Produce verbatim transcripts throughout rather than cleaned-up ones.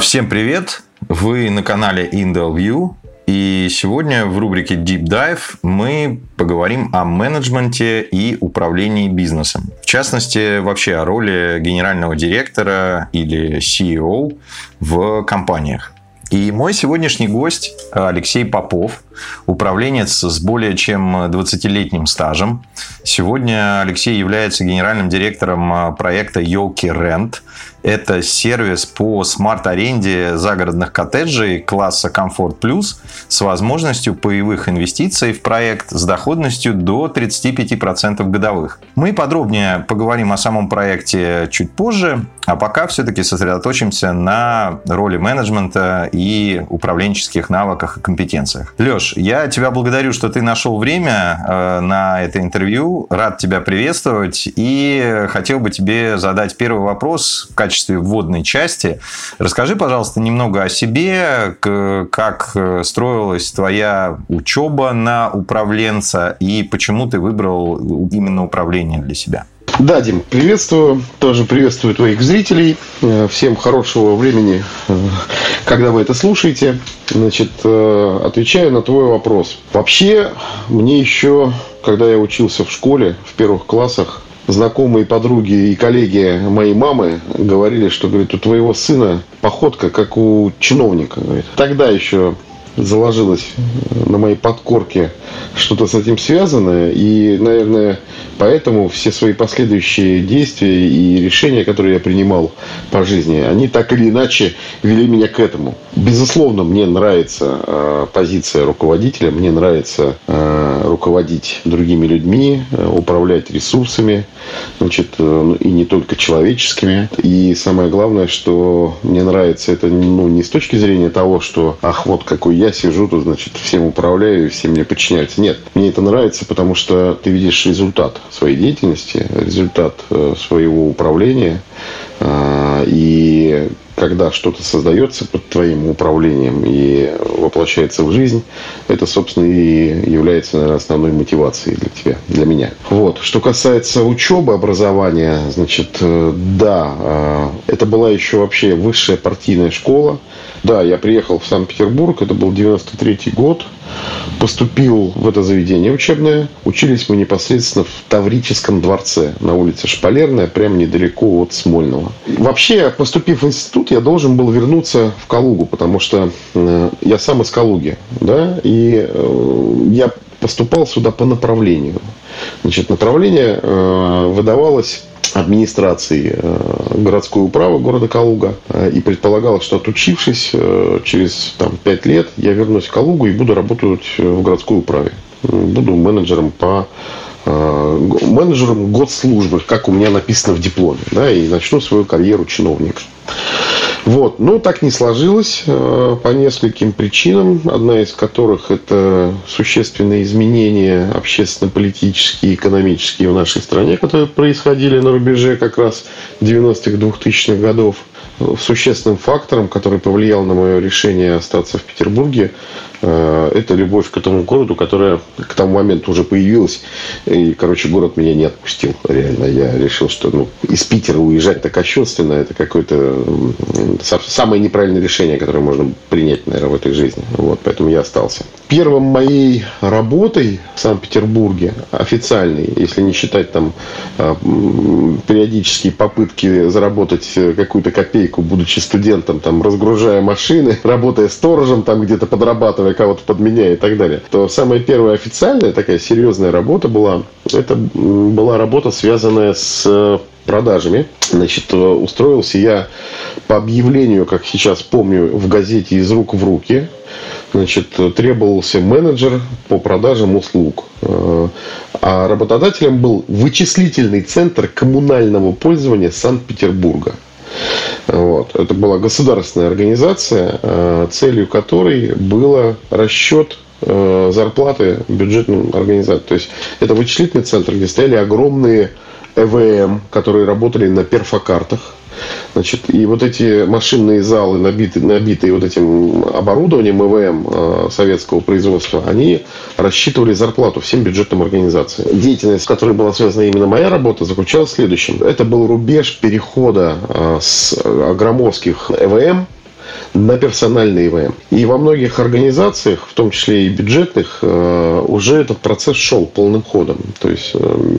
Всем привет! Вы на канале IndelView. И сегодня в рубрике Deep Dive мы поговорим о менеджменте и управлении бизнесом. В частности, вообще о роли генерального директора или си и о в компаниях. И мой сегодняшний гость Алексей Попов, управленец с более чем двадцатилетним стажем. Сегодня Алексей является генеральным директором проекта Елки Рент. Это сервис по смарт-аренде загородных коттеджей класса Комфорт Плюс с возможностью паевых инвестиций в проект с доходностью до тридцать пять процентов годовых. Мы подробнее поговорим о самом проекте чуть позже, а пока все-таки сосредоточимся на роли менеджмента и управленческих навыках и компетенциях. Леш, я тебя благодарю, что ты нашел время э, на это интервью. Рад тебя приветствовать и хотел бы тебе задать первый вопрос в качестве вводной части. Расскажи, пожалуйста, немного о себе, как строилась твоя учеба на управленца и почему ты выбрал именно управление для себя. Да, Дим, приветствую. Тоже приветствую твоих зрителей. Всем хорошего времени, когда вы это слушаете. Значит, отвечаю на твой вопрос. Вообще, мне еще, когда я учился в школе, в первых классах, знакомые подруги и коллеги моей мамы говорили, что, говорит, у твоего сына походка, как у чиновника. Говорит. Тогда еще заложилось на моей подкорке что-то с этим связанное. И, наверное, поэтому все свои последующие действия и решения, которые я принимал по жизни, они так или иначе вели меня к этому. Безусловно, мне нравится э, позиция руководителя, мне нравится э, руководить другими людьми, э, управлять ресурсами, значит, э, и не только человеческими. И самое главное, что мне нравится это, ну, не с точки зрения того, что ах, вот какой я сижу тут, значит, всем управляю и все мне подчиняются. Нет, мне это нравится, потому что ты видишь результат своей деятельности, результат э, своего управления. Э, и когда что-то создается под твоим управлением и воплощается в жизнь, это, собственно, и является, наверное, основной мотивацией для тебя, для меня. Вот. Что касается учебы, образования, значит, да, это была еще вообще высшая партийная школа. Да, я приехал в Санкт-Петербург, это был девяносто третий год. Поступил в это заведение учебное. Учились мы непосредственно в Таврическом дворце на улице Шпалерная, прямо недалеко от Смольного. Вообще, поступив в институт, я должен был вернуться в Калугу, потому что э, я сам из Калуги, да, и э, я поступал сюда по направлению. Значит, направление э, выдавалось администрации городской управы города Калуга. И предполагалось, что отучившись, через там, пять лет я вернусь в Калугу и буду работать в городской управе. Буду менеджером по менеджером госслужбы, как у меня написано в дипломе. Да, и начну свою карьеру чиновника. Вот. Но так не сложилось по нескольким причинам, одна из которых это существенные изменения общественно-политические и экономические в нашей стране, которые происходили на рубеже как раз девяностых, двухтысячных годов. Существенным фактором, который повлиял на мое решение остаться в Петербурге, это любовь к этому городу, которая к тому моменту уже появилась. И, короче, город меня не отпустил. Реально, я решил, что ну, из Питера уезжать так кощунственно, это какое-то самое неправильное решение, которое можно принять, наверное, в этой жизни. Вот, поэтому я остался. Первым моей работой в Санкт-Петербурге, официальной, если не считать там периодические попытки заработать какую-то копейку, будучи студентом, там, разгружая машины, работая сторожем, там где-то подрабатывая, кого-то подменяя и так далее, то самая первая официальная такая серьезная работа была, это была работа, связанная с продажами. Значит, устроился я по объявлению, как сейчас помню, в газете «Из рук в руки». Значит, требовался менеджер по продажам услуг. А работодателем был вычислительный центр коммунального пользования Санкт-Петербурга. Вот. Это была государственная организация, целью которой было расчет зарплаты бюджетным организациям. То есть это вычислительный центр, где стояли огромные э вэ эм, которые работали на перфокартах. Значит, и вот эти машинные залы, набитые, набитые вот этим оборудованием э вэ эм э, советского производства, они рассчитывали зарплату всем бюджетным организациям. Деятельность, с которой была связана именно моя работа, заключалась в следующем. Это был рубеж перехода э, с громоздких э вэ эм на персональный ИВМ. И во многих организациях, в том числе и бюджетных, уже этот процесс шел полным ходом. То есть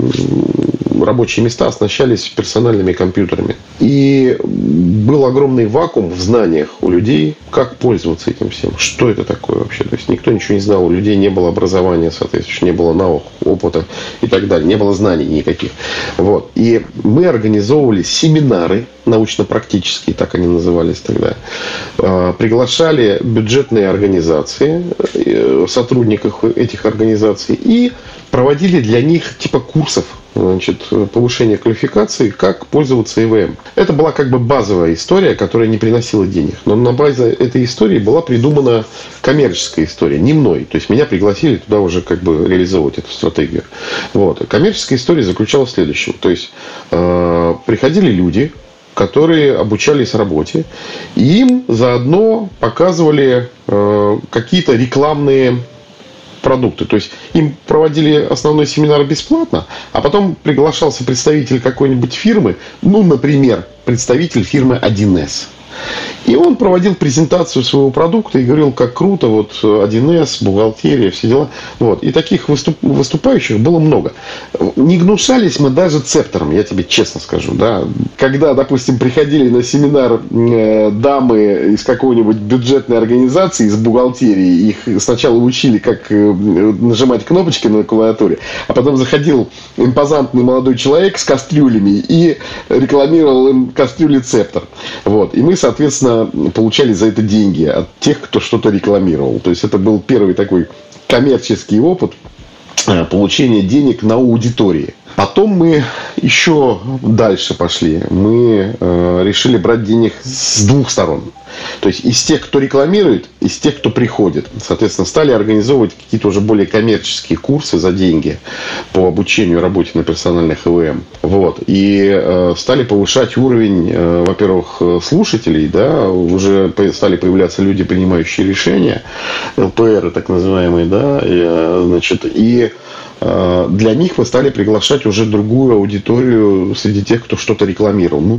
рабочие места оснащались персональными компьютерами. И был огромный вакуум в знаниях у людей, как пользоваться этим всем. Что это такое вообще? То есть никто ничего не знал, у людей не было образования, соответственно, не было навыков, опыта и так далее. Не было знаний никаких. Вот. И мы организовывали семинары научно-практические, так они назывались тогда. Приглашали бюджетные организации, сотрудников этих организаций и проводили для них типа курсов, значит, повышения квалификации, как пользоваться ИВМ. Это была как бы базовая история, которая не приносила денег. Но на базе этой истории была придумана коммерческая история, не мной. То есть меня пригласили туда уже как бы реализовывать эту стратегию. Вот. Коммерческая история заключалась в следующем. То есть э, приходили люди, которые обучались работе, и им заодно показывали э, какие-то рекламные продукты. То есть им проводили основной семинар бесплатно, а потом приглашался представитель какой-нибудь фирмы, ну, например, представитель фирмы один эс. И он проводил презентацию своего продукта и говорил, как круто, вот один эс, бухгалтерия, все дела. Вот. И таких выступ, выступающих было много. Не гнушались мы даже цептором, я тебе честно скажу. Да? Когда, допустим, приходили на семинар э, дамы из какой-нибудь бюджетной организации, из бухгалтерии, их сначала учили, как э, нажимать кнопочки на клавиатуре, а потом заходил импозантный молодой человек с кастрюлями и рекламировал им кастрюли цептор. Вот. И мы, соответственно, получали за это деньги от тех, кто что-то рекламировал. То есть это был первый такой коммерческий опыт получения денег на аудитории. Потом мы еще дальше пошли. Мы э, решили брать денег с двух сторон. То есть из тех, кто рекламирует, из тех, кто приходит. Соответственно, стали организовывать какие-то уже более коммерческие курсы за деньги по обучению работе на персональных ИВМ. Вот. И э, стали повышать уровень, э, во-первых, слушателей. Да? Уже стали появляться люди, принимающие решения. эл пэ эры так называемые. Да? И, значит, и для них мы стали приглашать уже другую аудиторию среди тех, кто что-то рекламировал. Ну,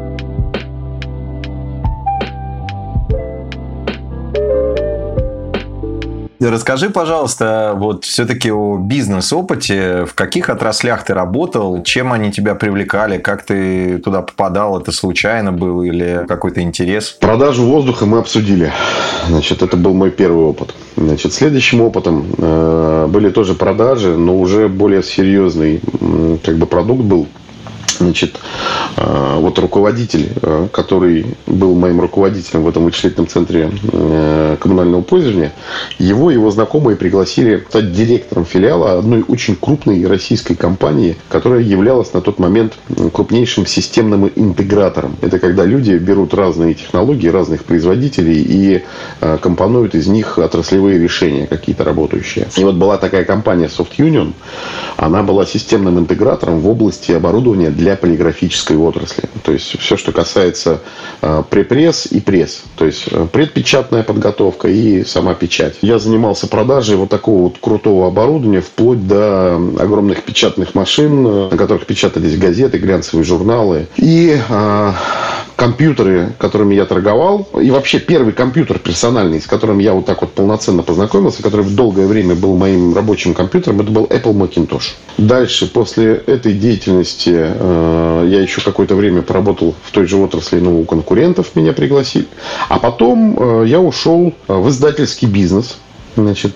расскажи, пожалуйста, вот все-таки о бизнес-опыте. В каких отраслях ты работал? Чем они тебя привлекали? Как ты туда попадал? Это случайно был или какой-то интерес? Продажу воздуха мы обсудили. Значит, это был мой первый опыт. Значит, следующим опытом э, были тоже продажи, но уже более серьезный э, как бы продукт был. Значит, вот руководитель, который был моим руководителем в этом вычислительном центре коммунального пользования, его, его знакомые пригласили стать директором филиала одной очень крупной российской компании, которая являлась на тот момент крупнейшим системным интегратором. Это когда люди берут разные технологии, разных производителей и компонуют из них отраслевые решения какие-то работающие. И вот была такая компания SoftUnion, она была системным интегратором в области оборудования для для полиграфической отрасли. То есть все, что касается э, препресс и пресс. То есть э, предпечатная подготовка и сама печать. Я занимался продажей вот такого вот крутого оборудования вплоть до огромных печатных машин, на которых печатались газеты, глянцевые журналы. И э, компьютеры, которыми я торговал. И вообще первый компьютер персональный, с которым я вот так вот полноценно познакомился, который в долгое время был моим рабочим компьютером, это был Apple Macintosh. Дальше, после этой деятельности, э, я еще какое-то время поработал в той же отрасли, но у конкурентов меня пригласили. А потом э, я ушел в издательский бизнес. Значит,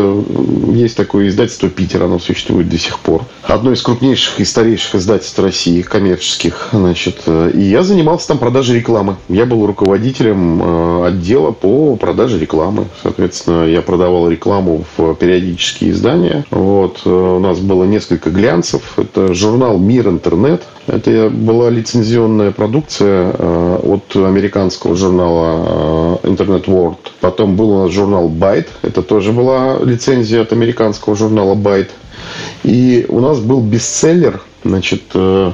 есть такое издательство «Питер», оно существует до сих пор. Одно из крупнейших и старейших издательств России, коммерческих. Значит, и я занимался там продажей рекламы. Я был руководителем отдела по продаже рекламы. Соответственно, я продавал рекламу в периодические издания. Вот. У нас было несколько глянцев. Это журнал «Мир Интернет». Это была лицензионная продукция от американского журнала Internet World. Потом был у нас журнал Byte. Это тоже была лицензия от американского журнала Byte. И у нас был бестселлер, значит,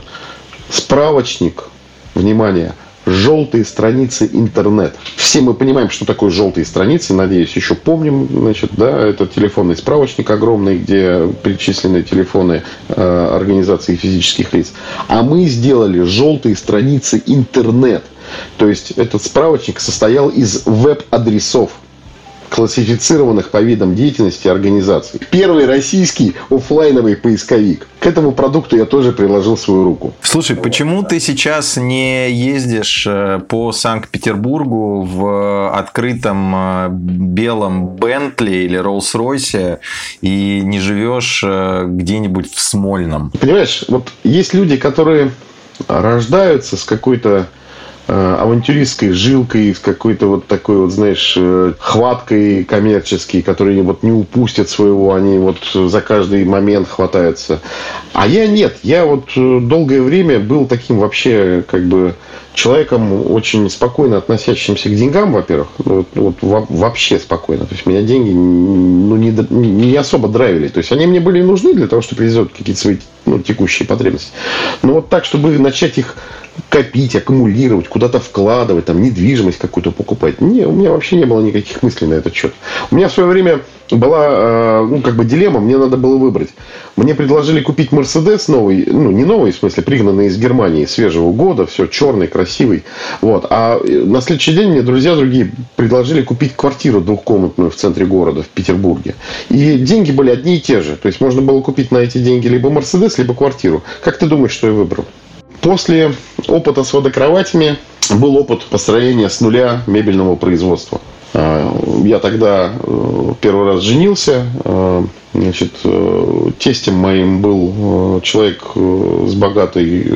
справочник, внимание, «Желтые страницы интернет». Все мы понимаем, что такое желтые страницы, надеюсь, еще помним. Значит, да, это телефонный справочник огромный, где перечислены телефоны э, организаций физических лиц. А мы сделали желтые страницы интернет. То есть этот справочник состоял из веб-адресов, классифицированных по видам деятельности организаций. Первый российский офлайновый поисковик. К этому продукту я тоже приложил свою руку. Слушай, почему ты сейчас не ездишь по Санкт-Петербургу в открытом белом Бентли или Роллс-Ройсе и не живешь где-нибудь в Смольном? Понимаешь, вот есть люди, которые рождаются с какой-то авантюристской жилкой, с какой-то вот такой вот, знаешь, хваткой коммерческой, которые вот не упустят своего, они вот за каждый момент хватаются. А я нет. Я вот долгое время был таким вообще как бы человеком, очень спокойно относящимся к деньгам, во-первых. Вот, вот, вообще спокойно. То есть меня деньги ну, не, не особо драйвили. То есть они мне были нужны для того, чтобы реализовать какие-то свои ну, текущие потребности. Но вот так, чтобы начать их копить, аккумулировать, куда-то вкладывать, там, недвижимость какую-то покупать. Не, у меня вообще не было никаких мыслей на этот счет. У меня в свое время была, ну, как бы дилемма, мне надо было выбрать. Мне предложили купить Мерседес новый, ну, не новый, в смысле, пригнанный из Германии, свежего года, все черный, красивый. Вот. А на следующий день мне друзья другие предложили купить квартиру двухкомнатную в центре города, в Петербурге. И деньги были одни и те же. То есть, можно было купить на эти деньги либо Мерседес, либо квартиру. Как ты думаешь, что я выбрал? После опыта с водокроватями был опыт построения с нуля мебельного производства. Я тогда первый раз женился. Значит, тестем моим был человек с богатой,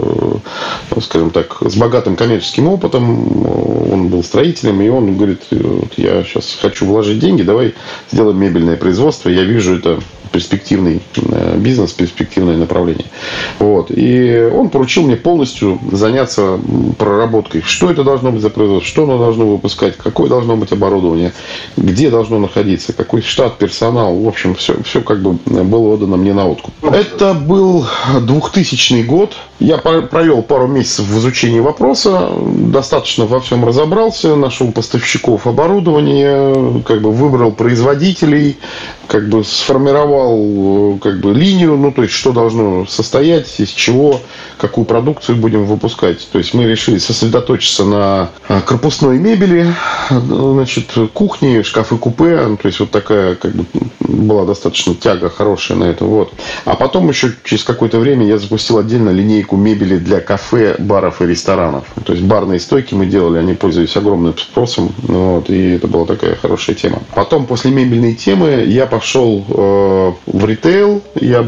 скажем так, с богатым коммерческим опытом. Он был строителем, и он говорит: я сейчас хочу вложить деньги, давай сделаем мебельное производство. Я вижу это перспективный бизнес, перспективное направление. Вот. И он поручил мне полностью заняться проработкой. Что это должно быть за производство, что оно должно выпускать, какое должно быть оборудование, где должно находиться, какой штат, персонал. В общем, все, все как бы было отдано мне на откуп. Это был двухтысячный год. Я провел пару месяцев в изучении вопроса, достаточно во всем разобрался, нашел поставщиков оборудования, как бы выбрал производителей, как бы сформировал как бы линию, ну то есть что должно состоять, из чего, какую продукцию будем выпускать. То есть мы решили сосредоточиться на корпусной мебели, значит, кухне, шкафы-купе, ну, то есть вот такая как бы была достаточно тяга хорошая на это. Вот. А потом еще через какое-то время я запустил отдельно линейку мебели для кафе, баров и ресторанов. То есть барные стойки мы делали, они пользовались огромным спросом, вот, и это была такая хорошая тема. Потом после мебельной темы я пошел э, в ритейл. Я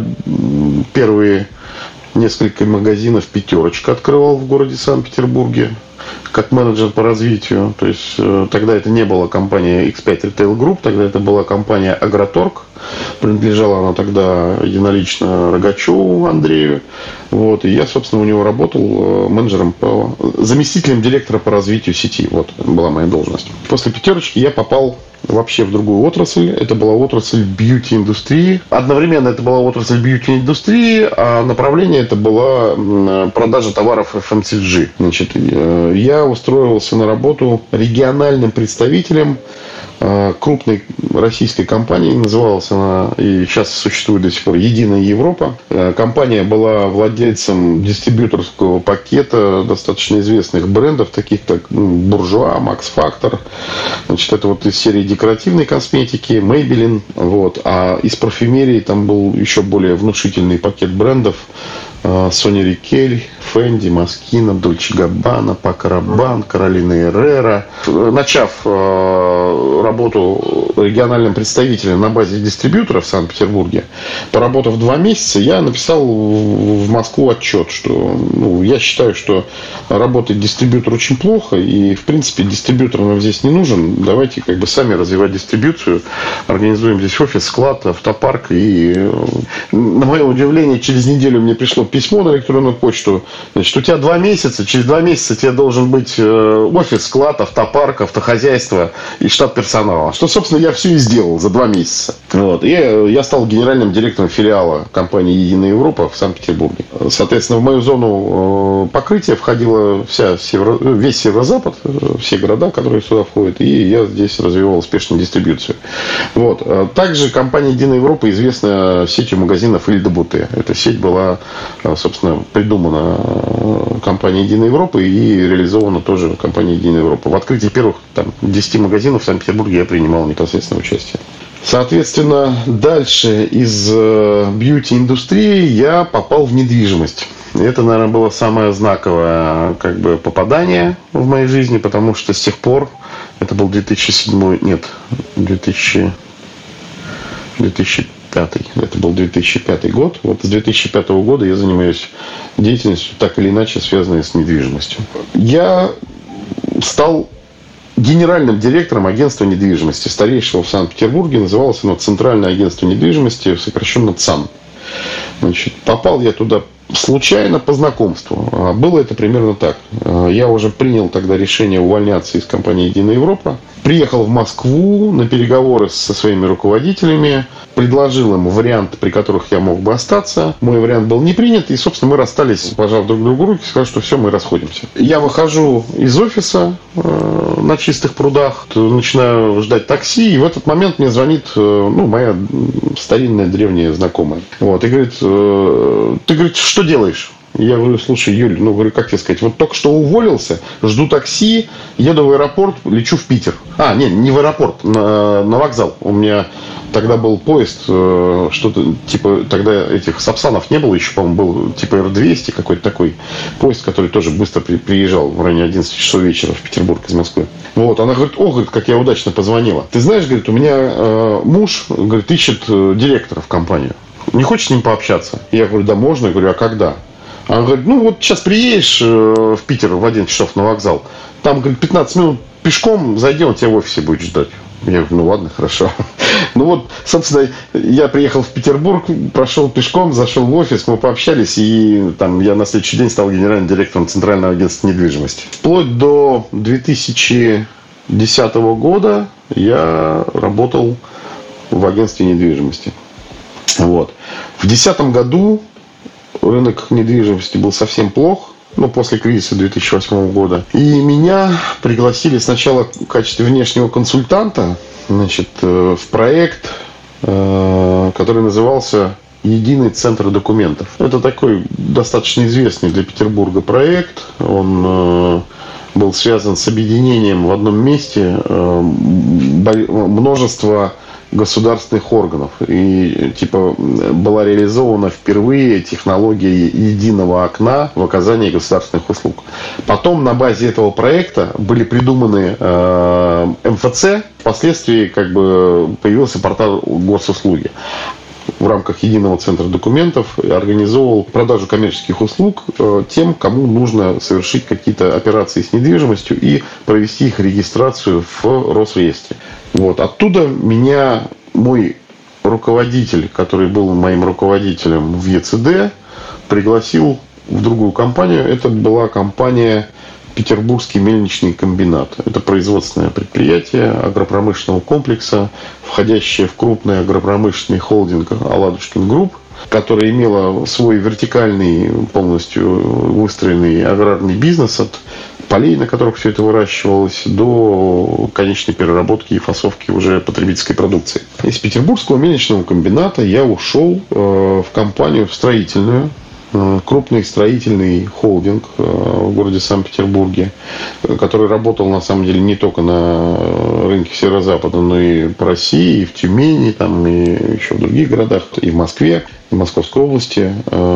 первые несколько магазинов «Пятерочка» открывал в городе Санкт-Петербурге как менеджер по развитию. То есть э, тогда это не была компания икс пять Retail Group, тогда это была компания «Агроторг». Принадлежала она тогда единолично Рогачеву Андрею. Вот. И я, собственно, у него работал менеджером по заместителем директора по развитию сети. Вот была моя должность. После «Пятерочки» я попал вообще в другую отрасль. Это была отрасль бьюти-индустрии. Одновременно это была отрасль бьюти-индустрии, а направление это была продажа товаров эф эм си джи. Значит, я устроился на работу региональным представителем крупной российской компании. Называлась она, и сейчас существует до сих пор, «Единая Европа». Компания была владельцем дистрибьюторского пакета достаточно известных брендов, таких как «Буржуа», «Макс Фактор». Значит, это вот из серии декоративной косметики, Maybelline. Вот. А из парфюмерии там был еще более внушительный пакет брендов. Сони Рикель, Фенди, Москино, Дольче Габбана, Пако Раббан, Каролина Эррера. Начав работу региональным представителем на базе дистрибьютора в Санкт-Петербурге, поработав два месяца, я написал в Москву отчет, что ну, я считаю, что работает дистрибьютор очень плохо, и в принципе дистрибьютор нам здесь не нужен. Давайте как бы сами развивать дистрибьюцию, организуем здесь офис, склад, автопарк. И на мое удивление, через неделю мне пришло письмо на электронную почту. Значит, у тебя два месяца, через два месяца тебе должен быть офис, склад, автопарк, автохозяйство и штат персонала. Что, собственно, я все и сделал за два месяца. Вот. И я стал генеральным директором филиала компании «Единая Европа» в Санкт-Петербурге. Соответственно, в мою зону покрытия входила вся северо... весь северо-запад, все города, которые сюда входят, и я здесь развивал успешную дистрибьюцию. Вот. Также компания «Единая Европа» известна сетью магазинов «Иль де Буте». Эта сеть была собственно, придумана компанией «Единая Европа» и реализована тоже компанией «Единая Европа». В открытии первых там, десяти магазинов в Санкт-Петербурге я принимал непосредственное участие. Соответственно, дальше из бьюти-индустрии я попал в недвижимость. Это, наверное, было самое знаковое как бы, попадание в моей жизни, потому что с тех пор, это был две тысячи седьмой, нет, две тысячи, две тысячи пятый, это был две тысячи пятый год. Вот с две тысячи пятого года я занимаюсь деятельностью, так или иначе связанной с недвижимостью. Я стал генеральным директором агентства недвижимости, старейшего в Санкт-Петербурге. Называлось оно Центральное агентство недвижимости, сокращенно ЦАН. Значит, попал я туда случайно по знакомству. Было это примерно так. Я уже принял тогда решение увольняться из компании «Единая Европа». Приехал в Москву на переговоры со своими руководителями. Предложил им варианты, при которых я мог бы остаться. Мой вариант был не принят. И, собственно, мы расстались, пожав друг другу руки, сказали, что все, мы расходимся. Я выхожу из офиса э, на Чистых прудах, начинаю ждать такси. И в этот момент мне звонит э, ну, моя старинная древняя знакомая. Вот, и говорит, э, ты, говорит, что делаешь? Я говорю, слушай, Юль, ну, говорю, как тебе сказать, вот только что уволился, жду такси, еду в аэропорт, лечу в Питер. А, не, не в аэропорт, на, на вокзал. У меня тогда был поезд, э, что-то, типа, тогда этих Сапсанов не было еще, по-моему, был типа эр двести, какой-то такой поезд, который тоже быстро при, приезжал в районе одиннадцати часов вечера в Петербург из Москвы. Вот, она говорит, о, говорит, как я удачно позвонила. Ты знаешь, говорит, у меня э, муж, говорит, ищет э, директора в компанию. Не хочешь с ним пообщаться? Я говорю, да можно. Я говорю, а когда? Она говорит, ну вот сейчас приедешь в Питер в одиннадцать часов на вокзал, там, говорит, пятнадцать минут пешком, зайди, он тебя в офисе будет ждать. Я говорю, ну ладно, хорошо. Ну вот, собственно, я приехал в Петербург, прошел пешком, зашел в офис, мы пообщались, и там я на следующий день стал генеральным директором Центрального агентства недвижимости. Вплоть до две тысячи десятого года я работал в агентстве недвижимости. Вот. В две тысячи десятом году рынок недвижимости был совсем плох, ну, после кризиса две тысячи восьмого года. И меня пригласили сначала в качестве внешнего консультанта, значит, в проект, который назывался «Единый центр документов». Это такой достаточно известный для Петербурга проект. Он был связан с объединением в одном месте множества государственных органов. И типа была реализована впервые технология единого окна в оказании государственных услуг. Потом на базе этого проекта были придуманы э, эм эф цэ, впоследствии как бы появился портал госуслуги. В рамках единого центра документов организовывал продажу коммерческих услуг э, тем, кому нужно совершить какие-то операции с недвижимостью и провести их регистрацию в Росреестре. Вот. Оттуда меня мой руководитель, который был моим руководителем в е цэ дэ, пригласил в другую компанию. Это была компания «Петербургский мельничный комбинат». Это производственное предприятие агропромышленного комплекса, входящее в крупный агропромышленный холдинг «Аладушкин Групп», которая имела свой вертикальный, полностью выстроенный аграрный бизнес от полей, на которых все это выращивалось, до конечной переработки и фасовки уже потребительской продукции. Из Петербургского мельничного комбината я ушел в компанию строительную, крупный строительный холдинг в городе Санкт-Петербурге, который работал на самом деле не только на рынке Северо-Запада, но и по России, и в Тюмени, там, и еще в других городах, и в Москве, и в Московской области.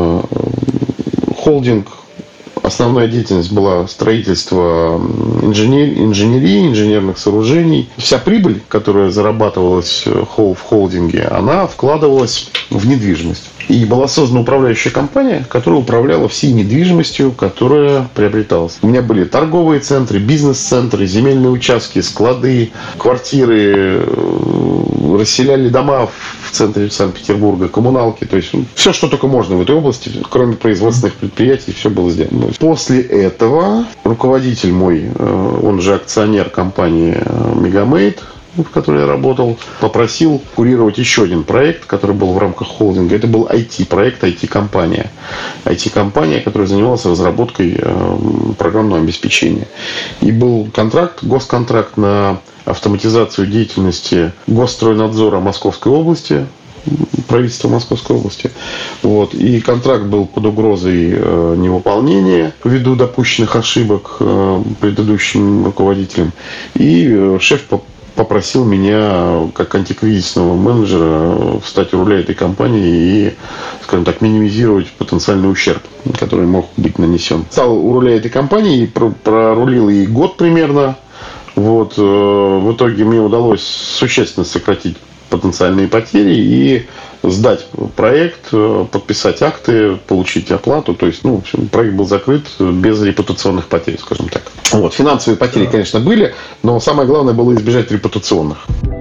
Холдинг, основная деятельность была строительство инженер, инженерии, инженерных сооружений. Вся прибыль, которая зарабатывалась в холдинге, она вкладывалась в недвижимость. И была создана управляющая компания, которая управляла всей недвижимостью, которая приобреталась. У меня были торговые центры, бизнес-центры, земельные участки, склады, квартиры, расселяли дома в центре Санкт-Петербурга, коммуналки. То есть все, что только можно в этой области, кроме производственных предприятий, все было сделано. После этого руководитель мой, он же акционер компании «Мегамейт», в которой я работал, попросил курировать еще один проект, который был в рамках холдинга. Это был ай ти-проект, ай ти-компания. ай ти-компания, которая занималась разработкой программного обеспечения. И был контракт, госконтракт на автоматизацию деятельности Госстройнадзора Московской области. правительства Московской области. Вот. И контракт был под угрозой невыполнения ввиду допущенных ошибок предыдущим руководителем. И шеф попросил меня, как антикризисного менеджера, встать у руля этой компании и, скажем так, минимизировать потенциальный ущерб, который мог быть нанесен. Стал у руля этой компании, прорулил и год примерно. Вот. В итоге мне удалось существенно сократить потенциальные потери и сдать проект, подписать акты, получить оплату. То есть, ну, в общем, проект был закрыт без репутационных потерь, скажем так. Вот. Финансовые потери, конечно, были, но самое главное было избежать репутационных.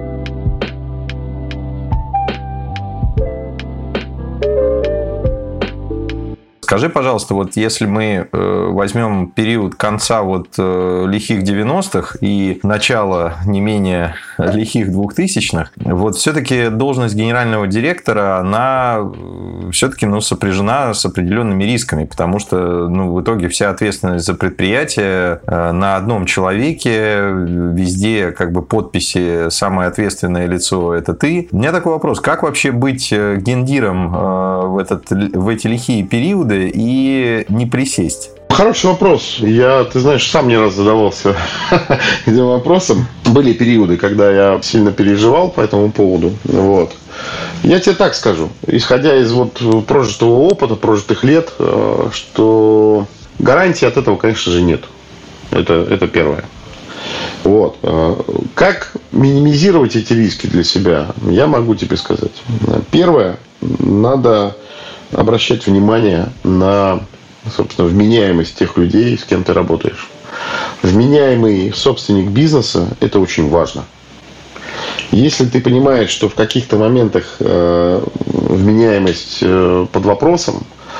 Скажи, пожалуйста, вот если мы э, возьмем период конца вот э, лихих девяностых и начала не менее лихих двухтысячных, вот все-таки должность генерального директора, она все-таки ну, сопряжена с определенными рисками, потому что ну, в итоге вся ответственность за предприятие э, на одном человеке, везде как бы подписи «самое ответственное лицо» – это ты. У меня такой вопрос, как вообще быть гендиром э, в, этот, в эти лихие периоды и не присесть? Хороший вопрос. Я, ты знаешь, сам не раз задавался этим вопросом. Были периоды, когда я сильно переживал по этому поводу. Вот. Я тебе так скажу. Исходя из вот прожитого опыта, прожитых лет, что гарантии от этого, конечно же, нет. Это, это первое. Вот. Как минимизировать эти риски для себя, я могу тебе сказать. Первое, надо обращать внимание на, собственно, вменяемость тех людей, с кем ты работаешь. Вменяемый собственник бизнеса – это очень важно. Если ты понимаешь, что в каких-то моментах э, вменяемость э, под вопросом,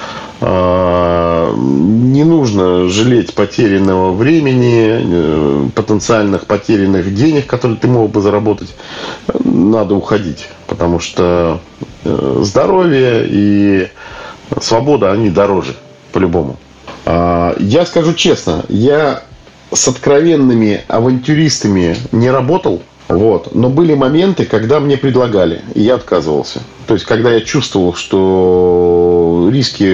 э, не нужно жалеть потерянного времени, э, потенциальных потерянных денег, которые ты мог бы заработать, надо уходить. Потому что э, здоровье и свобода, они дороже, по-любому. Э, я скажу честно, я с откровенными авантюристами не работал. Вот. Но были моменты, когда мне предлагали, и я отказывался. То есть, когда я чувствовал, что риски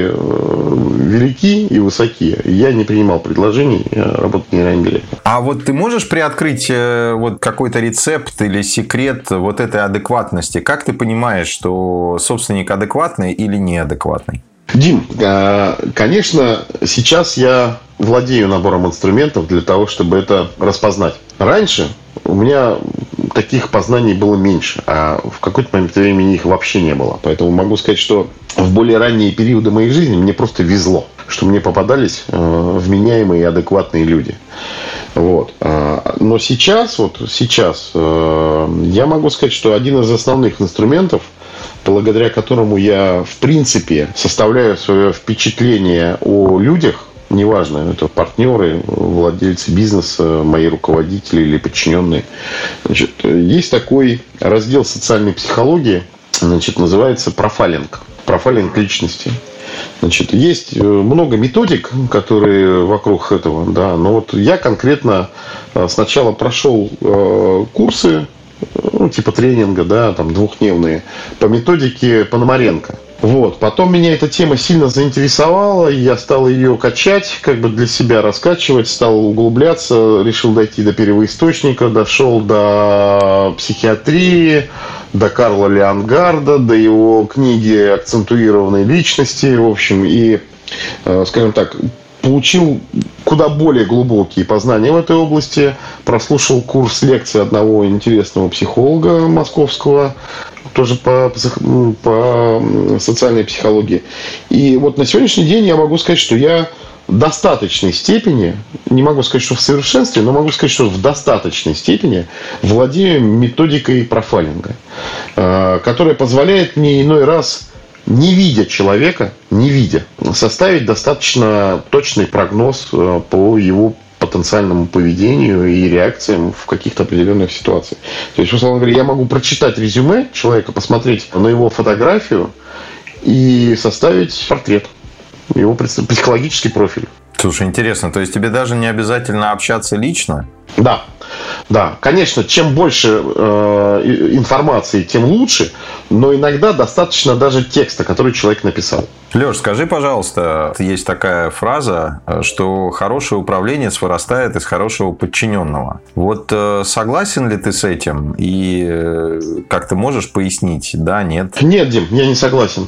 велики и высоки, я не принимал предложений работать генеральным директором. А вот ты можешь приоткрыть вот какой-то рецепт или секрет вот этой адекватности? Как ты понимаешь, что собственник адекватный или неадекватный? Дим, конечно, сейчас я владею набором инструментов для того, чтобы это распознать. Раньше у меня таких познаний было меньше, а в какой-то момент времени их вообще не было. Поэтому могу сказать, что в более ранние периоды моей жизни мне просто везло, что мне попадались вменяемые и адекватные люди. Вот. Но сейчас, вот сейчас я могу сказать, что один из основных инструментов, благодаря которому я, в принципе, составляю свое впечатление о людях, неважно, это партнеры, владельцы бизнеса, мои руководители или подчиненные. Значит, есть такой раздел социальной психологии, значит, называется профайлинг. Профайлинг личности. Значит, есть много методик, которые вокруг этого, да, но вот я конкретно сначала прошел курсы, ну, типа тренинга, да, там двухдневные, по методике Пономаренко. Вот. Потом меня эта тема сильно заинтересовала, и я стал ее качать, как бы для себя раскачивать, стал углубляться, решил дойти до первоисточника, дошел до психиатрии, до Карла Леонгарда, до его книги «Акцентуированной личности», в общем, и, скажем так, получил куда более глубокие познания в этой области, прослушал курс лекций одного интересного психолога московского, тоже по, по социальной психологии. И вот на сегодняшний день я могу сказать, что я в достаточной степени, не могу сказать, что в совершенстве, но могу сказать, что в достаточной степени владею методикой профайлинга, которая позволяет мне иной раз, не видя человека, не видя, составить достаточно точный прогноз по его потенциальному поведению и реакциям в каких-то определенных ситуациях. То есть, условно говоря, я могу прочитать резюме человека, посмотреть на его фотографию и составить портрет, его психологический профиль. Слушай, интересно, то есть тебе даже не обязательно общаться лично? Да. Да, конечно, чем больше э, информации, тем лучше, но иногда достаточно даже текста, который человек написал. Леш, скажи, пожалуйста, есть такая фраза, что хороший управленец вырастает из хорошего подчиненного. Вот согласен ли ты с этим? И как ты можешь пояснить, да, нет? Нет, Дим, я не согласен.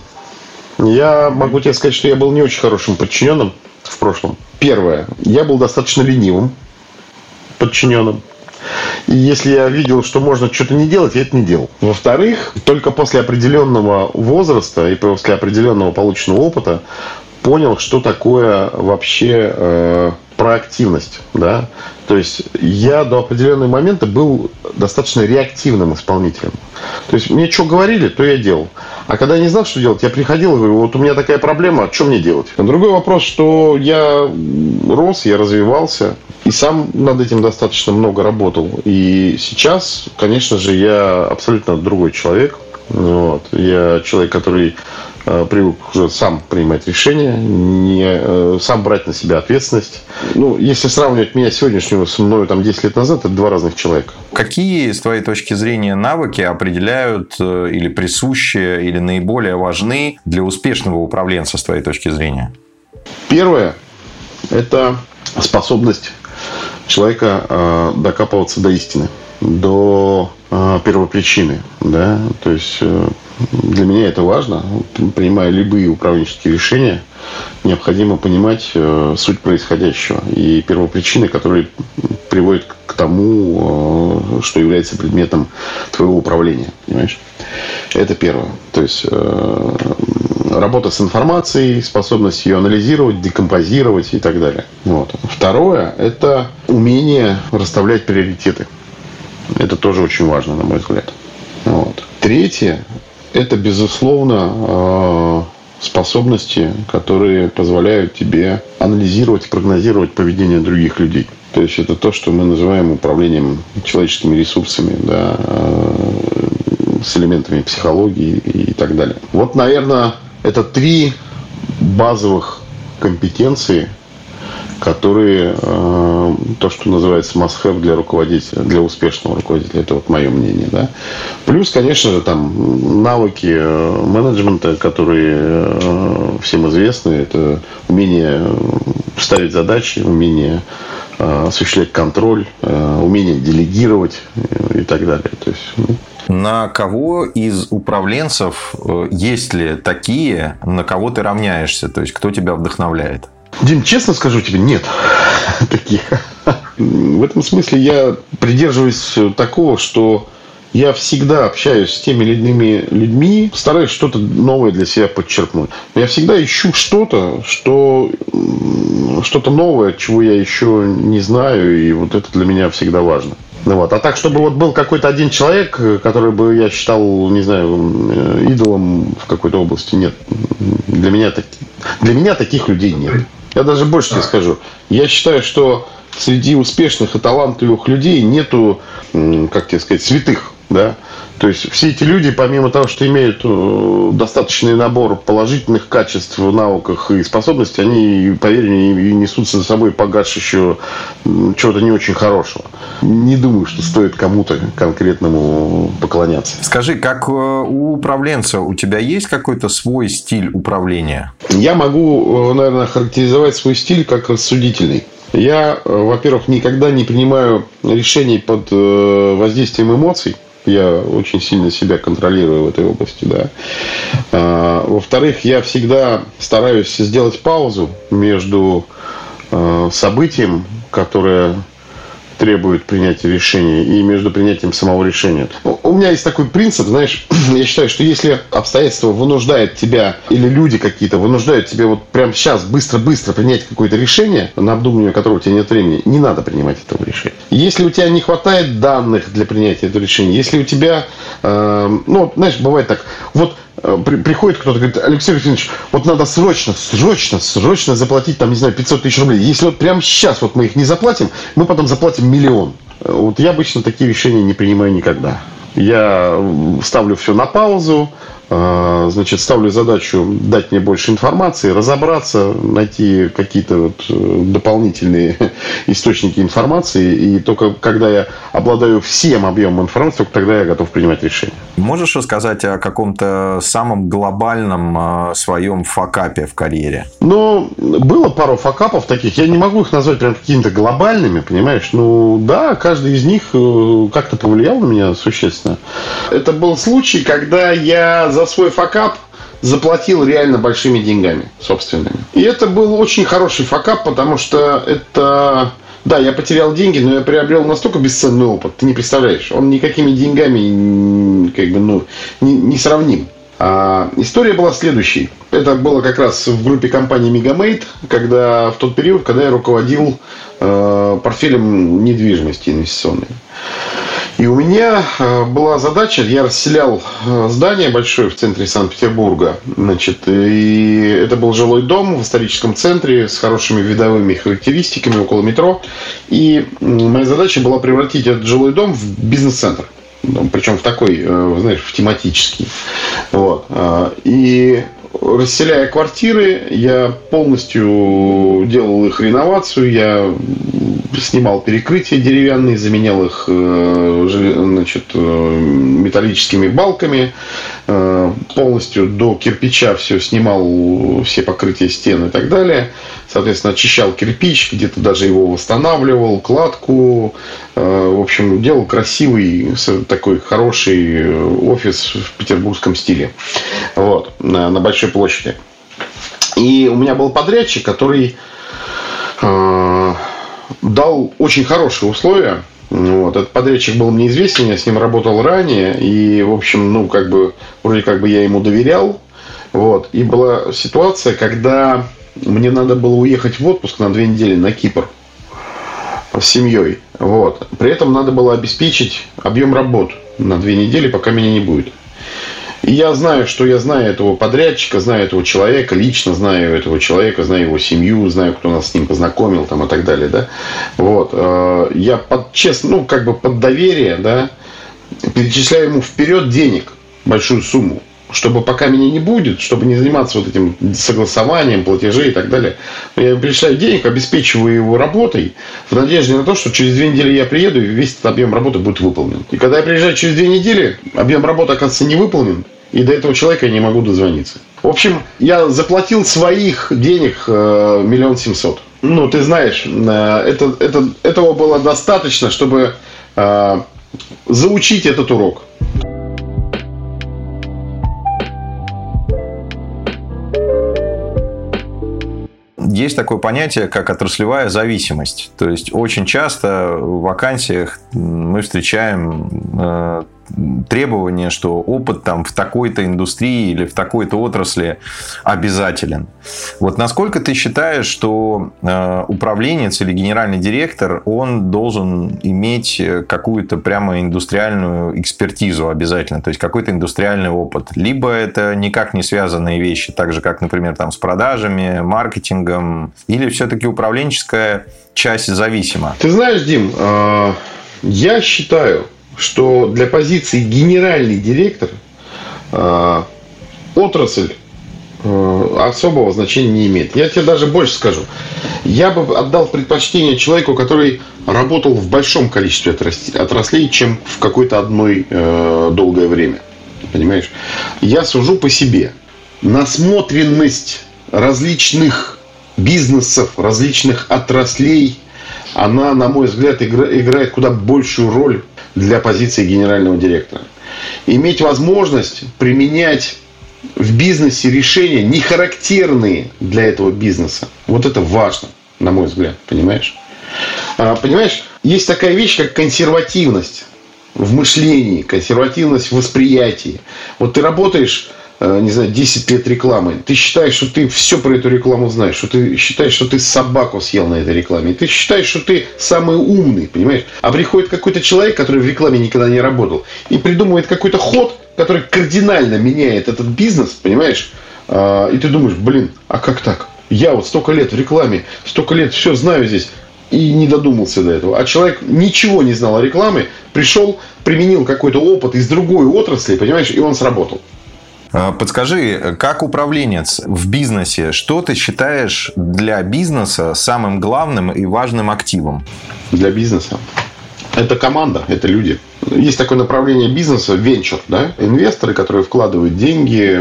Я могу тебе сказать, что я был не очень хорошим подчиненным в прошлом. Первое. Я был достаточно ленивым подчиненным. И если я видел, что можно что-то не делать, я это не делал. Во-вторых, только после определенного возраста и после определенного полученного опыта понял, что такое вообще э, проактивность. Да? То есть я до определенного момента был достаточно реактивным исполнителем. То есть мне что говорили, то я делал. А когда я не знал, что делать, я приходил и говорю, вот у меня такая проблема, что мне делать? Другой вопрос, что я рос, я развивался. И сам над этим достаточно много работал. И сейчас, конечно же, я абсолютно другой человек. Вот. Я человек, который э, привык уже сам принимать решения, не, э, сам брать на себя ответственность. Ну, если сравнивать меня сегодняшнего с мною там, десять лет назад, это два разных человека. Какие, с твоей точки зрения, навыки определяют э, или присущи, или наиболее важны для успешного управленца, с твоей точки зрения? Первое – это способность человека э, докапываться до истины, до э, первопричины. Да? То есть э, для меня это важно. Принимая любые управленческие решения, необходимо понимать э, суть происходящего и первопричины, которые приводят к тому, э, что является предметом твоего управления. Понимаешь? Это первое. То есть э, работа с информацией, способность ее анализировать, декомпозировать и так далее. Вот. Второе – это умение расставлять приоритеты. Это тоже очень важно, на мой взгляд. Вот. Третье – это, безусловно, способности, которые позволяют тебе анализировать, прогнозировать поведение других людей. То есть это то, что мы называем управлением человеческими ресурсами, да, с элементами психологии и так далее. Вот, наверное, это три базовых компетенции, которые, э, то, что называется must-have для руководителя, для успешного руководителя. Это вот мое мнение. Да? Плюс, конечно же, там навыки менеджмента, которые э, всем известны. Это умение ставить задачи, умение э, осуществлять контроль, э, умение делегировать и так далее. То есть, ну, на кого из управленцев, есть ли такие, на кого ты равняешься? То есть, кто тебя вдохновляет? Дим, честно скажу тебе, нет таких. В этом смысле я придерживаюсь такого, что я всегда общаюсь с теми или иными людьми, стараюсь что-то новое для себя подчеркнуть. Я всегда ищу что-то, что, что-то новое, чего я еще не знаю, и вот это для меня всегда важно. Ну вот. А так, чтобы вот был какой-то один человек, который бы я считал, не знаю, идолом в какой-то области, нет. Для меня, так... для меня таких людей нет. Я даже больше тебе скажу. Я считаю, что среди успешных и талантливых людей нету, как тебе сказать, святых. Да? То есть все эти люди, помимо того, что имеют достаточный набор положительных качеств в навыках и способностей, они, поверь мне, несут за собой багаж еще чего-то не очень хорошего. Не думаю, что стоит кому-то конкретному поклоняться. Скажи, как у управленца, у тебя есть какой-то свой стиль управления? Я могу, наверное, характеризовать свой стиль как рассудительный. Я, во-первых, никогда не принимаю решений под воздействием эмоций. Я очень сильно себя контролирую в этой области, да. А, во-вторых, я всегда стараюсь сделать паузу между а, событием, которое требует принятия решения, и между принятием самого решения. У меня есть такой принцип, знаешь, я считаю, что если обстоятельства вынуждают тебя, или люди какие-то вынуждают тебя вот прямо сейчас быстро-быстро принять какое-то решение, на обдумывание которого у тебя нет времени, не надо принимать этого решения. Если у тебя не хватает данных для принятия этого решения, если у тебя, э, ну, знаешь, бывает так, вот при, приходит кто-то, говорит: Алексей Алексеевич, вот надо срочно, срочно, срочно заплатить, там, не знаю, пятьсот тысяч рублей. Если вот прямо сейчас вот мы их не заплатим, мы потом заплатим миллион. Вот я обычно такие решения не принимаю никогда. Я ставлю все на паузу, значит, ставлю задачу дать мне больше информации, разобраться, найти какие-то вот дополнительные источники информации. И только когда я обладаю всем объемом информации, только тогда я готов принимать решение. Можешь рассказать о каком-то самом глобальном своем факапе в карьере? Ну, было пару факапов таких. Я не могу их назвать прям какими-то глобальными, понимаешь? Ну, да, каждый из них как-то повлиял на меня существенно. Это был случай, когда я за свой факап заплатил реально большими деньгами собственными. И это был очень хороший факап, потому что это... Да, я потерял деньги, но я приобрел настолько бесценный опыт, ты не представляешь. Он никакими деньгами как бы, ну, не, не сравним. А история была следующей. Это было как раз в группе компании Megamate, когда в тот период, когда я руководил э, портфелем недвижимости инвестиционной. И у меня была задача, я расселял здание большое в центре Санкт-Петербурга, значит, и это был жилой дом в историческом центре с хорошими видовыми характеристиками около метро. И моя задача была превратить этот жилой дом в бизнес-центр. Причем в такой, знаешь, в тематический. Вот. И расселяя квартиры, я полностью делал их реновацию, я снимал перекрытия деревянные, заменял их, значит, металлическими балками, полностью до кирпича все снимал, все покрытия стен и так далее. Соответственно, очищал кирпич, где-то даже его восстанавливал, кладку. В общем, делал красивый, такой хороший офис в петербургском стиле. Вот, на, на большой площади. И у меня был подрядчик, который э, дал очень хорошие условия. Вот. Этот подрядчик был мне известен, я с ним работал ранее. И, в общем, ну, как бы, вроде как бы я ему доверял. Вот. И была ситуация, когда мне надо было уехать в отпуск на две недели на Кипр с семьей. Вот. При этом надо было обеспечить объем работ на две недели, пока меня не будет. И я знаю, что я знаю этого подрядчика, знаю этого человека, лично знаю этого человека, знаю его семью, знаю, кто нас с ним познакомил там, и так далее. Да? Вот. Я под, честно, ну, как бы под доверие, да, перечисляю ему вперед денег, большую сумму, чтобы пока меня не будет, чтобы не заниматься вот этим согласованием, платежей и так далее. Я ему перечисляю денег, обеспечиваю его работой в надежде на то, что через две недели я приеду и весь этот объем работы будет выполнен. И когда я приезжаю через две недели, объем работы, оказывается, не выполнен, и до этого человека я не могу дозвониться. В общем, я заплатил своих денег миллион семьсот. Ну, ты знаешь, это, это, этого было достаточно, чтобы э, заучить этот урок. Есть такое понятие, как отраслевая зависимость. То есть, очень часто в вакансиях мы встречаем э, требование, что опыт там в такой-то индустрии или в такой-то отрасли обязателен. Вот насколько ты считаешь, что э, управленец или генеральный директор, он должен иметь какую-то прямо индустриальную экспертизу обязательно, то есть какой-то индустриальный опыт? Либо это никак не связанные вещи, так же, как, например, там, с продажами, маркетингом, или все-таки управленческая часть зависима? Ты знаешь, Дим, э, я считаю, что для позиции генеральный директор э, отрасль э, особого значения не имеет. Я тебе даже больше скажу. Я бы отдал предпочтение человеку, который работал в большом количестве отраслей, чем в какой-то одной э, долгое время. Понимаешь? Я сужу по себе. Насмотренность различных бизнесов, различных отраслей, она, на мой взгляд, игра, играет куда большую роль для позиции генерального директора. Иметь возможность применять в бизнесе решения, не характерные для этого бизнеса. Вот это важно, на мой взгляд. Понимаешь? Понимаешь, есть такая вещь, как консервативность в мышлении, консервативность в восприятии. Вот ты работаешь, не знаю, десять лет рекламы. Ты считаешь, что ты все про эту рекламу знаешь. Что ты считаешь, что ты собаку съел на этой рекламе. Ты считаешь, что ты самый умный, понимаешь? А приходит какой-то человек, который в рекламе никогда не работал, и придумывает какой-то ход, который кардинально меняет этот бизнес, понимаешь? И ты думаешь, блин, а как так? Я вот столько лет в рекламе, столько лет все знаю здесь, и не додумался до этого. А человек ничего не знал о рекламе, пришел, применил какой-то опыт из другой отрасли, понимаешь, и он сработал. Подскажи, как управленец в бизнесе, что ты считаешь для бизнеса самым главным и важным активом? Для бизнеса? Это команда, это люди. Есть такое направление бизнеса, венчур, да? Инвесторы, которые вкладывают деньги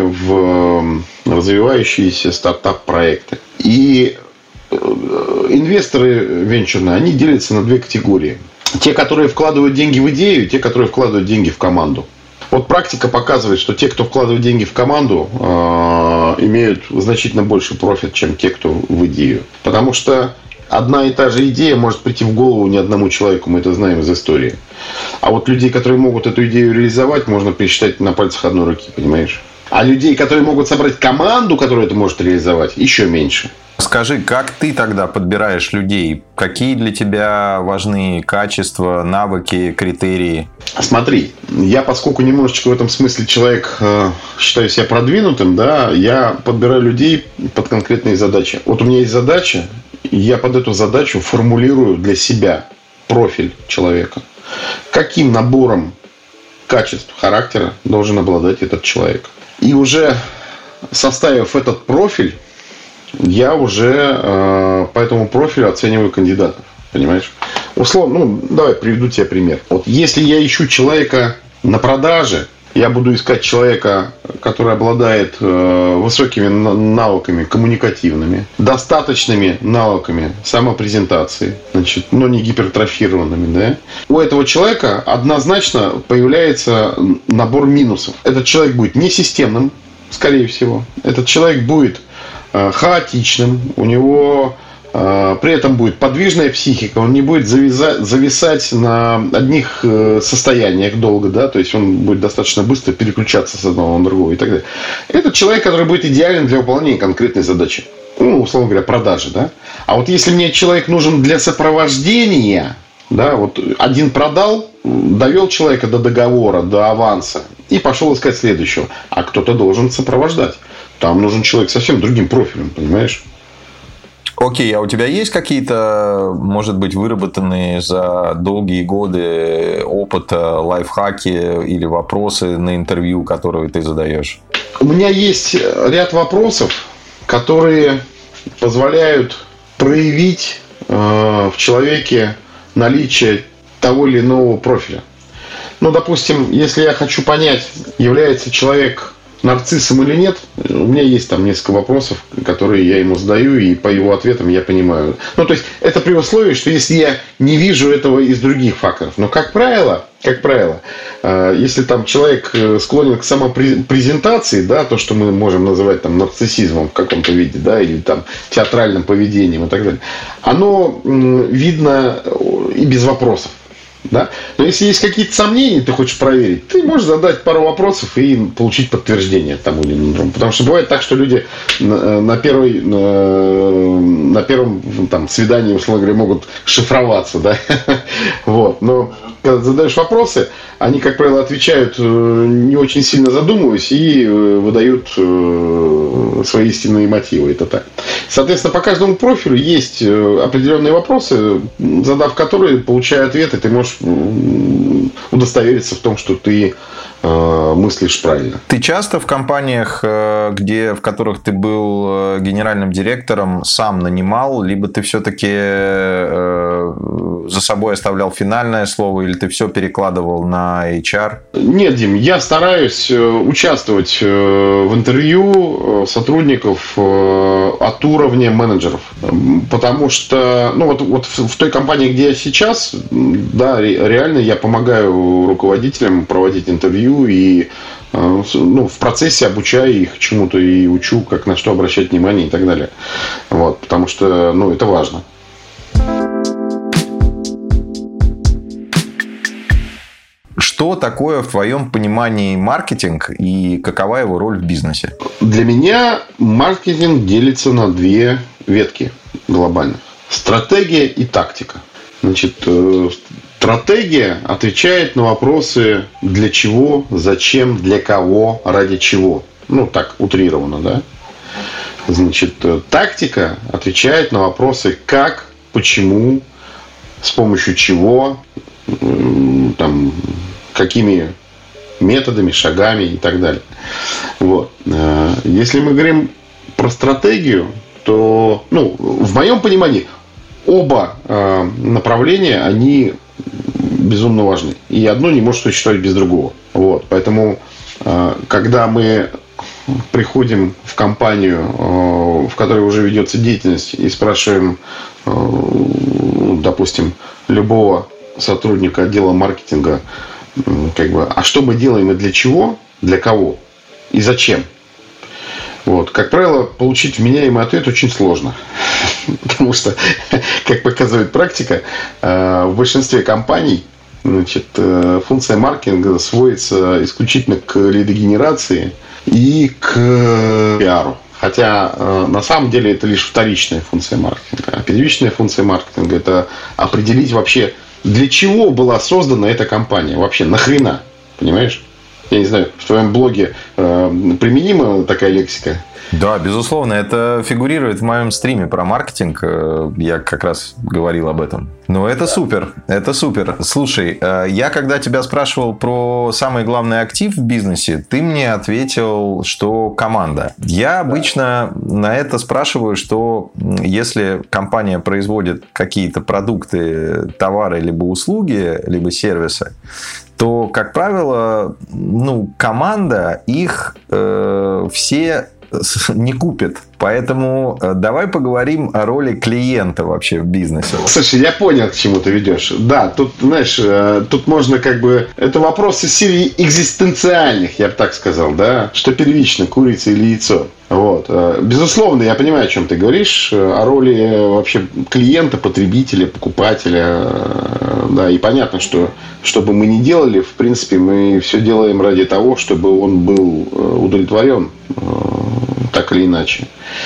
в развивающиеся стартап-проекты. И инвесторы венчурные, они делятся на две категории. Те, которые вкладывают деньги в идею, и те, которые вкладывают деньги в команду. Вот практика показывает, что те, кто вкладывает деньги в команду, э, имеют значительно больше профит, чем те, кто в идею. Потому что одна и та же идея может прийти в голову не одному человеку, мы это знаем из истории. А вот людей, которые могут эту идею реализовать, можно пересчитать на пальцах одной руки, понимаешь? А людей, которые могут собрать команду, которая это может реализовать, еще меньше. Скажи, как ты тогда подбираешь людей? Какие для тебя важны качества, навыки, критерии? Смотри, я, поскольку немножечко в этом смысле человек, э, считаю себя продвинутым, да, я подбираю людей под конкретные задачи. Вот у меня есть задача, и я под эту задачу формулирую для себя профиль человека. Каким набором качеств, характера должен обладать этот человек? И уже составив этот профиль, я уже э, по этому профилю оцениваю кандидатов. Понимаешь? Условно, ну, давай приведу тебе пример. Вот если я ищу человека на продаже, я буду искать человека, который обладает э, высокими навыками коммуникативными, достаточными навыками самопрезентации, значит, но не гипертрофированными. Да? У этого человека однозначно появляется набор минусов. Этот человек будет несистемным, скорее всего. Этот человек будет хаотичным, у него э, при этом будет подвижная психика, он не будет завязать, зависать на одних э, состояниях долго, да, то есть он будет достаточно быстро переключаться с одного на другого и так далее. Это человек, который будет идеален для выполнения конкретной задачи, ну, условно говоря, продажи, да. А вот если мне человек нужен для сопровождения, да, вот один продал, довел человека до договора, до аванса и пошел искать следующего, а кто-то должен сопровождать. Там нужен человек совсем другим профилем, понимаешь? Окей, а у тебя есть какие-то, может быть, выработанные за долгие годы опыта лайфхаки или вопросы на интервью, которые ты задаешь? У меня есть ряд вопросов, которые позволяют проявить э, в человеке наличие того или иного профиля. Ну, допустим, если я хочу понять, является человек нарциссом или нет, у меня есть там несколько вопросов, которые я ему задаю, и по его ответам я понимаю. Ну, то есть, это при условии, что если я не вижу этого из других факторов. Но, как правило, как правило, если там человек склонен к самопрезентации, да, то, что мы можем называть там нарциссизмом в каком-то виде, да, или там театральным поведением и так далее, оно видно и без вопросов. Да? Но если есть какие-то сомнения, ты хочешь проверить, ты можешь задать пару вопросов и получить подтверждение тому или иному. Потому что бывает так, что люди на, первой, на, на первом там, свидании, условно говоря, могут шифроваться. Да? Вот. Но когда задаешь вопросы, они, как правило, отвечают не очень сильно задумываясь и выдают свои истинные мотивы. Это так. Соответственно, по каждому профилю есть определенные вопросы, задав которые, получая ответы, ты можешь удостовериться в том, что ты э, мыслишь правильно. Ты часто в компаниях, где, в которых ты был генеральным директором, сам нанимал, либо ты все-таки э, за собой оставлял финальное слово, или ты все перекладывал на эйч ар? Нет, Дим, я стараюсь участвовать в интервью сотрудников от уровня менеджеров, потому что, ну вот, вот в той компании, где я сейчас, да, реально я помогаю руководителям проводить интервью и ну, в процессе обучаю их чему-то и учу, как на что обращать внимание и так далее. Вот, потому что, ну, это важно. Что такое в твоем понимании маркетинг и какова его роль в бизнесе? Для меня маркетинг делится на две ветки глобальных. Стратегия и тактика. Значит, стратегия отвечает на вопросы для чего, зачем, для кого, ради чего. Ну, так, утрированно, да? Значит, тактика отвечает на вопросы как, почему, с помощью чего, там, какими методами, шагами и так далее. Вот. Если мы говорим про стратегию, то, ну, в моем понимании, оба направления, они безумно важны. И одно не может существовать без другого. Вот. Поэтому, когда мы приходим в компанию, в которой уже ведется деятельность, и спрашиваем, допустим, любого сотрудника отдела маркетинга, как бы, а что мы делаем и для чего, для кого и зачем? Вот. Как правило, получить вменяемый ответ очень сложно. Потому что, как показывает практика, в большинстве компаний, значит, функция маркетинга сводится исключительно к лидогенерации и к пиару. Хотя на самом деле это лишь вторичная функция маркетинга. А первичная функция маркетинга — это определить вообще, для чего была создана эта компания. Вообще, нахрена. Понимаешь? Я не знаю, в твоем блоге э, применима такая лексика? Да, безусловно, это фигурирует в моем стриме про маркетинг. Я как раз говорил об этом. Но это супер, это супер. Слушай, я когда тебя спрашивал про самый главный актив в бизнесе, ты мне ответил, что команда. Я обычно на это спрашиваю, что если компания производит какие-то продукты, товары, либо услуги, либо сервисы, то, как правило, ну, команда их э, все не купит. Поэтому давай поговорим о роли клиента вообще в бизнесе. Слушай, я понял, к чему ты ведешь. Да, тут, знаешь, тут можно как бы... Это вопрос из серии экзистенциальных, я бы так сказал, да? Что первично, курица или яйцо? Вот. Безусловно, я понимаю, о чем ты говоришь. О роли вообще клиента, потребителя, покупателя. Да, и понятно, что что бы мы ни делали, в принципе, мы все делаем ради того, чтобы он был удовлетворен, так или иначе.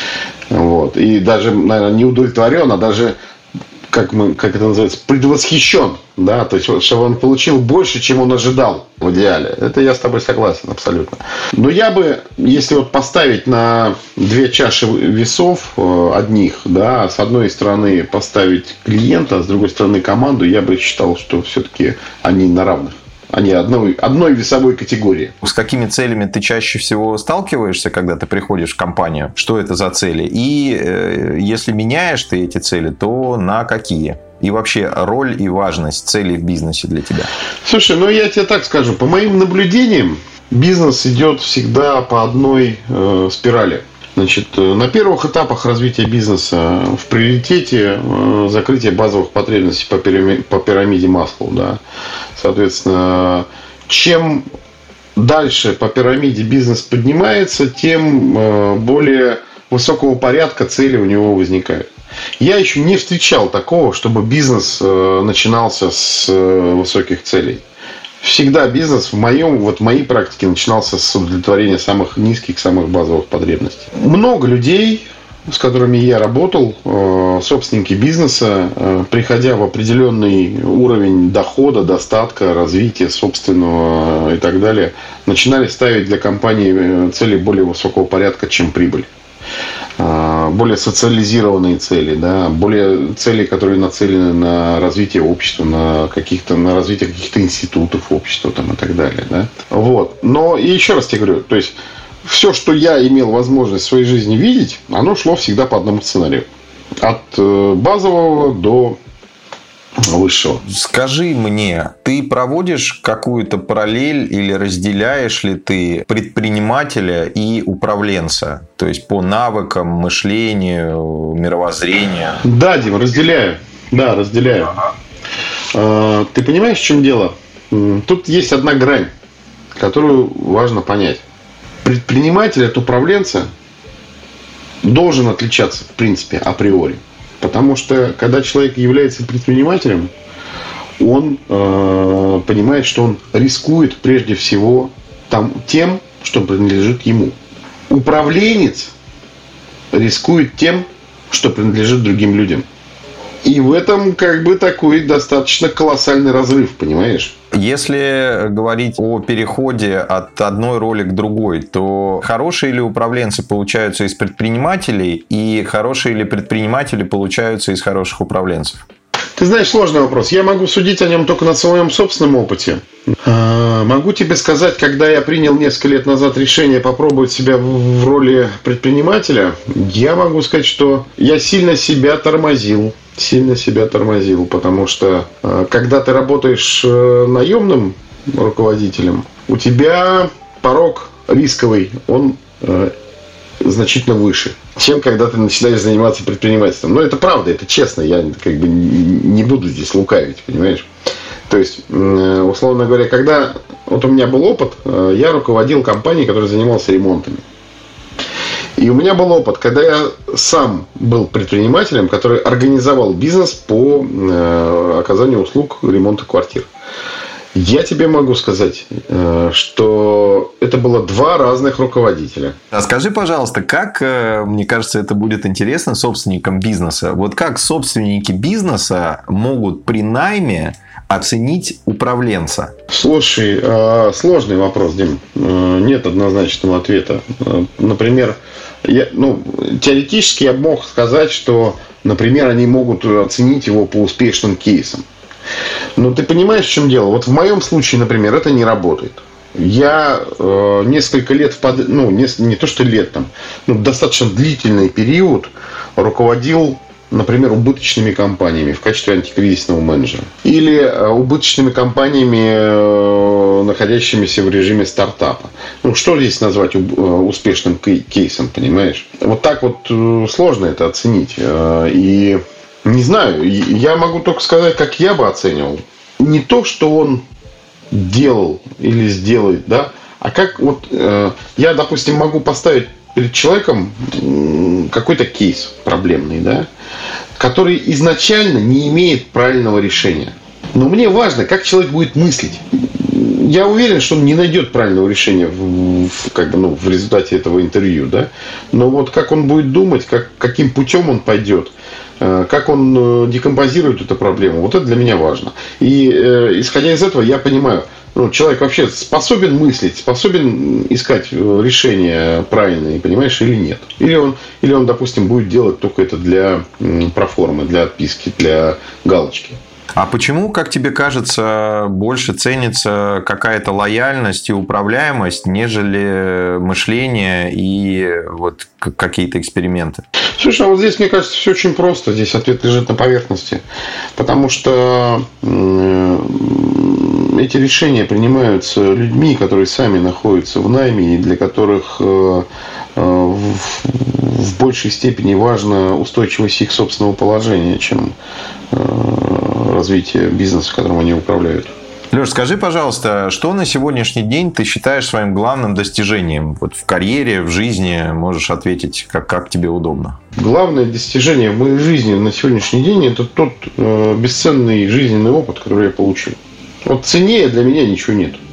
Вот. И даже, наверное, не удовлетворен, а даже, как, мы, как это называется, предвосхищен. Да? То есть, чтобы он получил больше, чем он ожидал в идеале. Это я с тобой согласен абсолютно. Но я бы, если вот поставить на две чаши весов одних, да, с одной стороны поставить клиента, а с другой стороны команду, я бы считал, что все-таки они на равных. Они одной, одной весовой категории. С какими целями ты чаще всего сталкиваешься, когда ты приходишь в компанию? Что это за цели? И э, если меняешь ты эти цели, то на какие? И вообще роль и важность целей в бизнесе для тебя? Слушай, ну я тебе так скажу. По моим наблюдениям, бизнес идет всегда по одной э, спирали. Значит, на первых этапах развития бизнеса в приоритете закрытие базовых потребностей по пирамиде, по пирамиде Маслоу. Да. Соответственно, чем дальше по пирамиде бизнес поднимается, тем более высокого порядка цели у него возникают. Я еще не встречал такого, чтобы бизнес начинался с высоких целей. Всегда бизнес в моем, вот в моей практике начинался с удовлетворения самых низких, самых базовых потребностей. Много людей, с которыми я работал, собственники бизнеса, приходя в определенный уровень дохода, достатка, развития собственного и так далее, начинали ставить для компании цели более высокого порядка, чем прибыль. Более социализированные цели, да, более цели, которые нацелены на развитие общества, на, каких-то, на развитие каких-то институтов общества там, и так далее. Да. Вот. Но и еще раз тебе говорю, то есть все, что я имел возможность в своей жизни видеть, оно шло всегда по одному сценарию. От базового до высшего. Скажи мне, ты проводишь какую-то параллель или разделяешь ли ты предпринимателя и управленца? То есть по навыкам, мышлению, мировоззрению? Да, Дим, разделяю. Да, разделяю. Ты понимаешь, в чем дело? Тут есть одна грань, которую важно понять. Предприниматель от управленца должен отличаться, в принципе, априори. Потому что, когда человек является предпринимателем, он э, понимает, что он рискует прежде всего там, тем, что принадлежит ему. Управленец рискует тем, что принадлежит другим людям. И в этом как бы такой достаточно колоссальный разрыв, понимаешь? Если говорить о переходе от одной роли к другой, то хорошие ли управленцы получаются из предпринимателей, и хорошие ли предприниматели получаются из хороших управленцев? Ты знаешь, сложный вопрос. Я могу судить о нем только на своем собственном опыте. Могу тебе сказать, когда я принял несколько лет назад решение попробовать себя в роли предпринимателя, я могу сказать, что я сильно себя тормозил. Сильно себя тормозил, потому что когда ты работаешь наемным руководителем, у тебя порог рисковый, он значительно выше, чем когда ты начинаешь заниматься предпринимательством. Но это правда, это честно, я как бы не буду здесь лукавить, понимаешь? То есть, условно говоря, когда вот у меня был опыт, я руководил компанией, которая занималась ремонтами. И у меня был опыт, когда я сам был предпринимателем, который организовал бизнес по оказанию услуг ремонта квартир. Я тебе могу сказать, что это было два разных руководителя. А скажи, пожалуйста, как, мне кажется, это будет интересно собственникам бизнеса. Вот как собственники бизнеса могут при найме оценить управленца? Слушай, сложный вопрос, Дим. Нет однозначного ответа. Например, я, ну, теоретически я мог сказать, что, например, они могут оценить его по успешным кейсам. Но ты понимаешь, в чем дело? Вот в моем случае, например, это не работает. Я э, несколько лет, впад... ну, не, не то что лет, там, ну, достаточно длительный период руководил, например, убыточными компаниями в качестве антикризисного менеджера. Или э, убыточными компаниями, э, находящимися в режиме стартапа. Ну, что здесь назвать э, успешным кейсом, понимаешь? Вот так вот э, сложно это оценить. Э, и... Не знаю, я могу только сказать, как я бы оценивал. Не то, что он делал или сделает, да, а как вот э, я, допустим, могу поставить перед человеком какой-то кейс проблемный, да, который изначально не имеет правильного решения. Но мне важно, как человек будет мыслить. Я уверен, что он не найдет правильного решения в, в, как бы, ну, в результате этого интервью, да. Но вот как он будет думать, как, каким путем он пойдет, как он декомпозирует эту проблему, вот это для меня важно. И э, исходя из этого, я понимаю, ну, человек вообще способен мыслить, способен искать решения правильные, понимаешь, или нет. Или он, или он, допустим, будет делать только это для проформы, для отписки, для галочки. А почему, как тебе кажется, больше ценится какая-то лояльность и управляемость, нежели мышление и вот какие-то эксперименты? Слушай, а вот здесь, мне кажется, все очень просто. Здесь ответ лежит на поверхности. Потому что эти решения принимаются людьми, которые сами находятся в найме, и для которых в большей степени важна устойчивость их собственного положения, чем развитие бизнеса, которым они управляют. Леш, скажи, пожалуйста, что на сегодняшний день ты считаешь своим главным достижением? Вот в карьере, в жизни можешь ответить, как, как тебе удобно. Главное достижение в моей жизни на сегодняшний день – это тот э, бесценный жизненный опыт, который я получил. Вот ценнее для меня ничего нет.